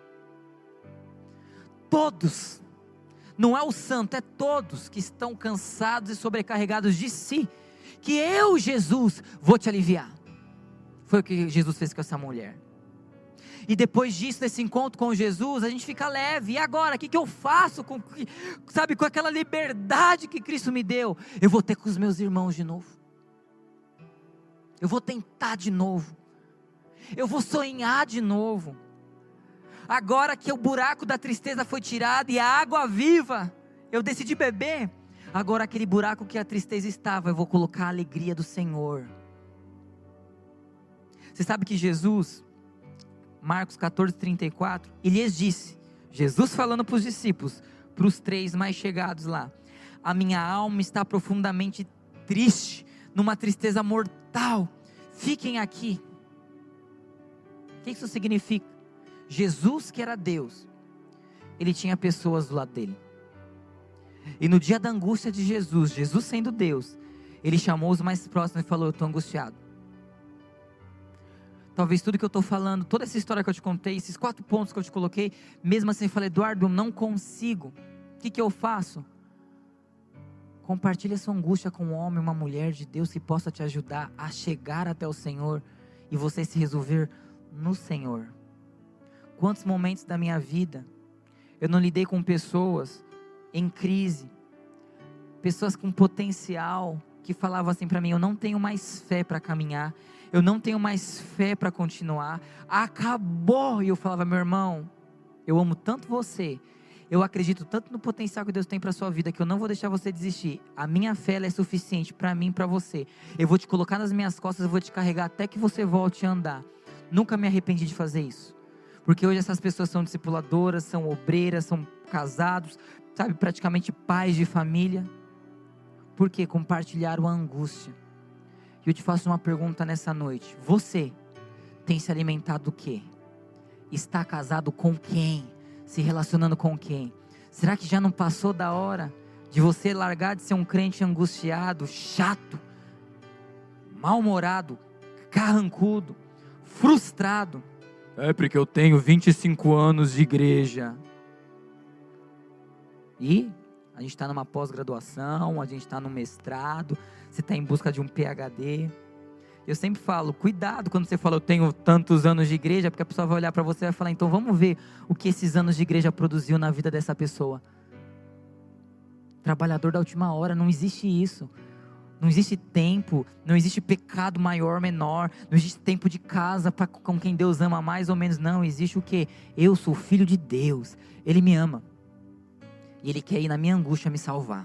Todos, não é o santo, é todos que estão cansados e sobrecarregados de si, que eu, Jesus, vou te aliviar. Foi o que Jesus fez com essa mulher. E depois disso, desse encontro com Jesus, a gente fica leve. E agora, o que eu faço com aquela liberdade que Cristo me deu? Eu vou ter com os meus irmãos de novo. Eu vou tentar de novo. Eu vou sonhar de novo. Agora que o buraco da tristeza foi tirado e a água viva, eu decidi beber. Agora aquele buraco que a tristeza estava, eu vou colocar a alegria do Senhor. Você sabe que Jesus, Marcos 14:34, ele lhes disse, Jesus falando para os discípulos, para os 3 mais chegados lá: a minha alma está profundamente triste, numa tristeza mortal, fiquem aqui. O que isso significa? Jesus, que era Deus, ele tinha pessoas do lado dele, e no dia da angústia de Jesus, Jesus sendo Deus, ele chamou os mais próximos e falou: eu estou angustiado. Talvez tudo que eu estou falando, toda essa história que eu te contei, esses 4 pontos que eu te coloquei, mesmo assim eu falei: Eduardo, eu não consigo. O que eu faço? Compartilhe a sua angústia com um homem, uma mulher de Deus que possa te ajudar a chegar até o Senhor e você se resolver no Senhor. Quantos momentos da minha vida eu não lidei com pessoas em crise, pessoas com potencial, que falavam assim para mim: eu não tenho mais fé para caminhar, eu não tenho mais fé para continuar, acabou. E eu falava: meu irmão, eu amo tanto você, eu acredito tanto no potencial que Deus tem para a sua vida, que eu não vou deixar você desistir. A minha fé, ela é suficiente para mim e para você. Eu vou te colocar nas minhas costas, eu vou te carregar até que você volte a andar. Nunca me arrependi de fazer isso, porque hoje essas pessoas são discipuladoras, são obreiras, são casados, sabe, praticamente pais de família. Porque compartilharam a angústia. E eu te faço uma pergunta nessa noite: você tem se alimentado do quê? Está casado com quem? Se relacionando com quem? Será que já não passou da hora de você largar de ser um crente angustiado, chato, mal-humorado, carrancudo, frustrado? É porque eu tenho 25 anos de igreja. E a gente está numa pós-graduação, a gente está num mestrado, você está em busca de um PhD. Eu sempre falo, cuidado quando você fala eu tenho tantos anos de igreja, porque a pessoa vai olhar para você e vai falar, então vamos ver o que esses anos de igreja produziu na vida dessa pessoa. Trabalhador da última hora, não existe isso. Não existe tempo, não existe pecado maior, menor, não existe tempo de casa com quem Deus ama mais ou menos, não, existe o quê? Eu sou filho de Deus, Ele me ama, e Ele quer ir na minha angústia me salvar.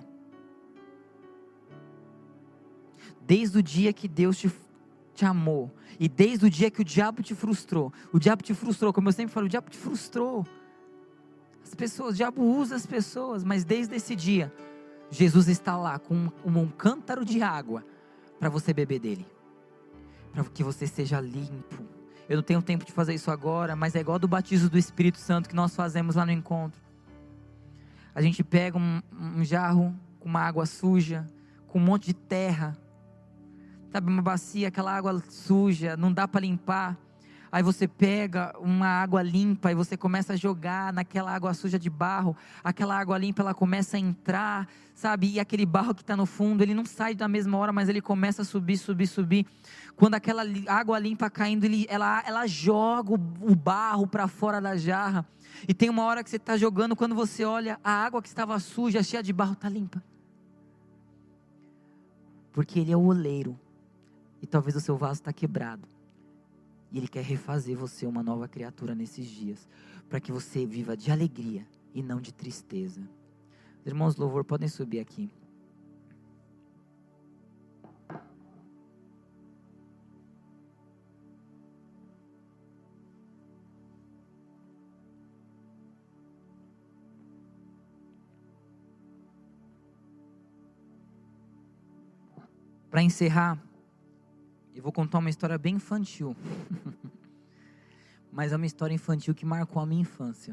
Desde o dia que Deus te amou, e desde o dia que o diabo te frustrou, como eu sempre falo, o diabo te frustrou, o diabo usa as pessoas, mas desde esse dia, Jesus está lá com um cântaro de água para você beber dele, para que você seja limpo. Eu não tenho tempo de fazer isso agora, mas é igual do batismo do Espírito Santo que nós fazemos lá no encontro. A gente pega um jarro com uma água suja, com um monte de terra, sabe, uma bacia, aquela água suja, não dá para limpar. Aí você pega uma água limpa e você começa a jogar naquela água suja de barro. Aquela água limpa, ela começa a entrar, sabe? E aquele barro que está no fundo, ele não sai da mesma hora, mas ele começa a subir. Quando aquela água limpa caindo, ela joga o barro para fora da jarra. E tem uma hora que você está jogando, quando você olha, a água que estava suja, cheia de barro, está limpa. Porque Ele é o oleiro. E talvez o seu vaso está quebrado. E Ele quer refazer você uma nova criatura nesses dias, para que você viva de alegria e não de tristeza. Os irmãos do louvor podem subir aqui. Para encerrar, eu vou contar uma história bem infantil. Mas é uma história infantil que marcou a minha infância.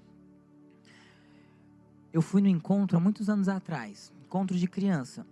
Eu fui no encontro há muitos anos atrás. Encontro de criança.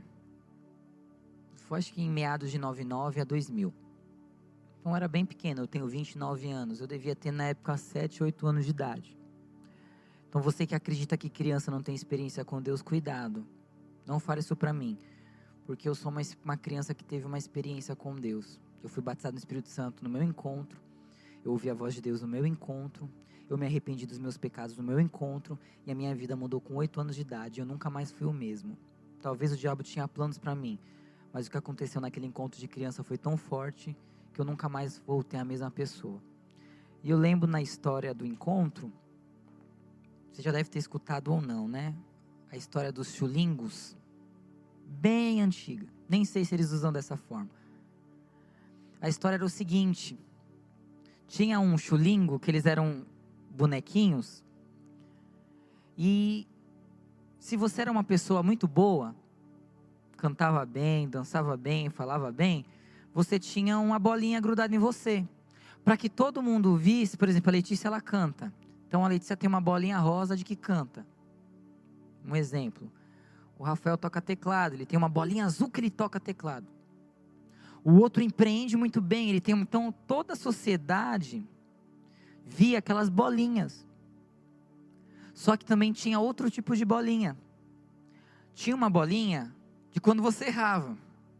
Foi acho que em meados de 99 a 2000. Então eu era bem pequeno, eu tenho 29 anos. Eu devia ter na época 7, 8 anos de idade. Então você que acredita que criança não tem experiência com Deus, cuidado. Não fale isso para mim. Porque eu sou uma criança que teve uma experiência com Deus. Eu fui batizado no Espírito Santo no meu encontro. Eu ouvi a voz de Deus no meu encontro. Eu me arrependi dos meus pecados no meu encontro. E a minha vida mudou com 8 anos de idade. Eu nunca mais fui o mesmo. Talvez o diabo tinha planos para mim. Mas o que aconteceu naquele encontro de criança foi tão forte que eu nunca mais voltei a mesma pessoa. E eu lembro na história do encontro, você já deve ter escutado ou não, né? A história dos chulingos. Bem antiga, nem sei se eles usam dessa forma. A história era o seguinte: tinha um chulingo, que eles eram bonequinhos, e se você era uma pessoa muito boa, cantava bem, dançava bem, falava bem, você tinha uma bolinha grudada em você, para que todo mundo visse. Por exemplo, a Letícia, ela canta, então a Letícia tem uma bolinha rosa de que canta, um exemplo. O Rafael toca teclado, ele tem uma bolinha azul que ele toca teclado. O outro empreende muito bem, ele tem, então toda a sociedade via aquelas bolinhas. Só que também tinha outro tipo de bolinha. Tinha uma bolinha de quando você errava.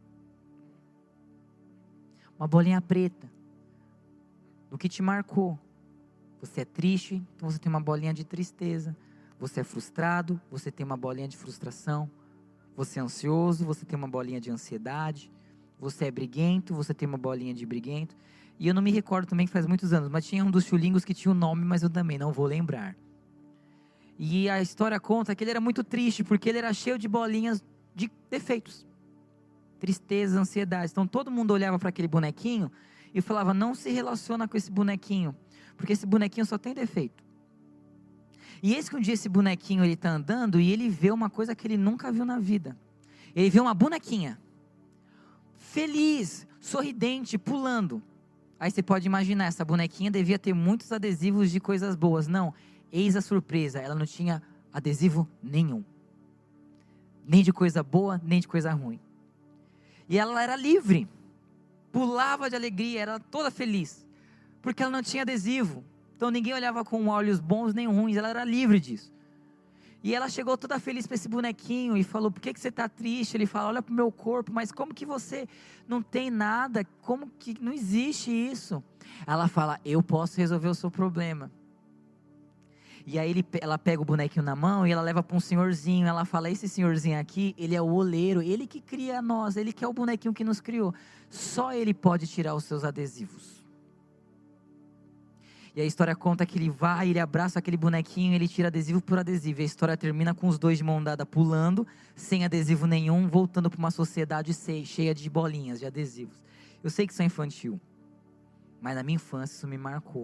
Uma bolinha preta. Do que te marcou. Você é triste, então você tem uma bolinha de tristeza. Você é frustrado, você tem uma bolinha de frustração. Você é ansioso, você tem uma bolinha de ansiedade. Você é briguento, você tem uma bolinha de briguento. E eu não me recordo também, que faz muitos anos, mas tinha um dos chulingos que tinha um nome, mas eu também não vou lembrar. E a história conta que ele era muito triste, porque ele era cheio de bolinhas de defeitos. Tristeza, ansiedade. Então todo mundo olhava para aquele bonequinho e falava, não se relaciona com esse bonequinho, porque esse bonequinho só tem defeito. E eis que um dia esse bonequinho, ele está andando e ele vê uma coisa que ele nunca viu na vida. Ele vê uma bonequinha, feliz, sorridente, pulando. Aí você pode imaginar, essa bonequinha devia ter muitos adesivos de coisas boas. Não, eis a surpresa, ela não tinha adesivo nenhum. Nem de coisa boa, nem de coisa ruim. E ela era livre, pulava de alegria, era toda feliz, porque ela não tinha adesivo. Então ninguém olhava com olhos bons nem ruins, ela era livre disso. E ela chegou toda feliz para esse bonequinho e falou: por que você está triste? Ele fala: olha para o meu corpo, mas como que você não tem nada? Como que não existe isso? Ela fala: eu posso resolver o seu problema. E aí ela pega o bonequinho na mão e ela leva para um senhorzinho. Ela fala: esse senhorzinho aqui, ele é o oleiro, ele que cria nós, ele que é o bonequinho que nos criou. Só ele pode tirar os seus adesivos. E a história conta que ele vai, ele abraça aquele bonequinho, ele tira adesivo por adesivo. E a história termina com os dois de mão dada pulando, sem adesivo nenhum, voltando para uma sociedade cheia de bolinhas, de adesivos. Eu sei que isso é infantil, mas na minha infância isso me marcou.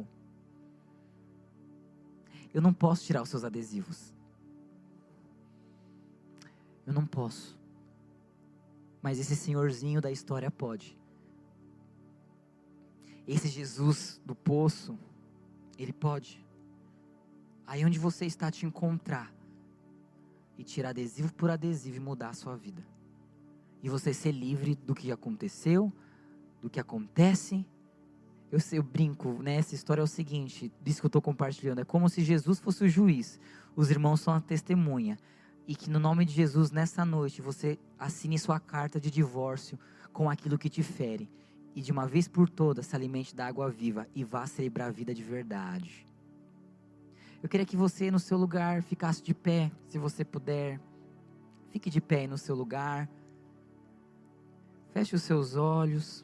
Eu não posso tirar os seus adesivos. Eu não posso. Mas esse senhorzinho da história pode. Esse Jesus do poço, ele pode. Aí onde você está, te encontrar e tirar adesivo por adesivo e mudar a sua vida. E você ser livre do que aconteceu, do que acontece. Eu brinco, né? Essa história é o seguinte, disso que eu estou compartilhando. É como se Jesus fosse o juiz. Os irmãos são a testemunha. E que no nome de Jesus, nessa noite, você assine sua carta de divórcio com aquilo que te fere. E de uma vez por todas se alimente da água viva e vá celebrar a vida de verdade. Eu queria que você no seu lugar ficasse de pé, se você puder. Fique de pé aí no seu lugar. Feche os seus olhos.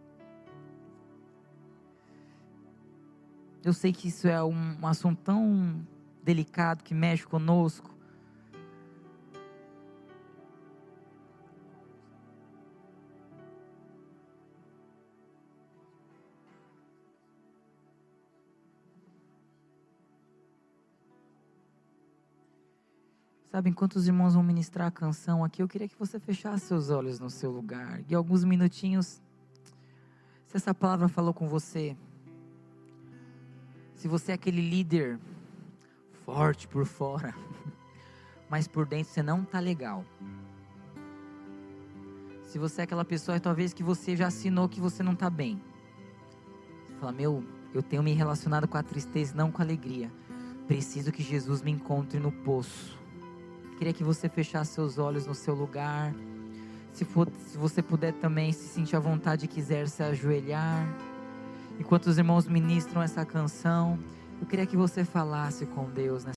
Eu sei que isso é um assunto tão delicado que mexe conosco. Sabe, enquanto os irmãos vão ministrar a canção aqui, eu queria que você fechasse seus olhos no seu lugar. E alguns minutinhos, se essa palavra falou com você, se você é aquele líder forte por fora, mas por dentro você não está legal. Se você é aquela pessoa, talvez que você já assinou que você não está bem. Você fala: eu tenho me relacionado com a tristeza e não com a alegria. Preciso que Jesus me encontre no poço. Queria que você fechasse seus olhos no seu lugar. Se você puder também se sentir à vontade e quiser se ajoelhar. Enquanto os irmãos ministram essa canção, eu queria que você falasse com Deus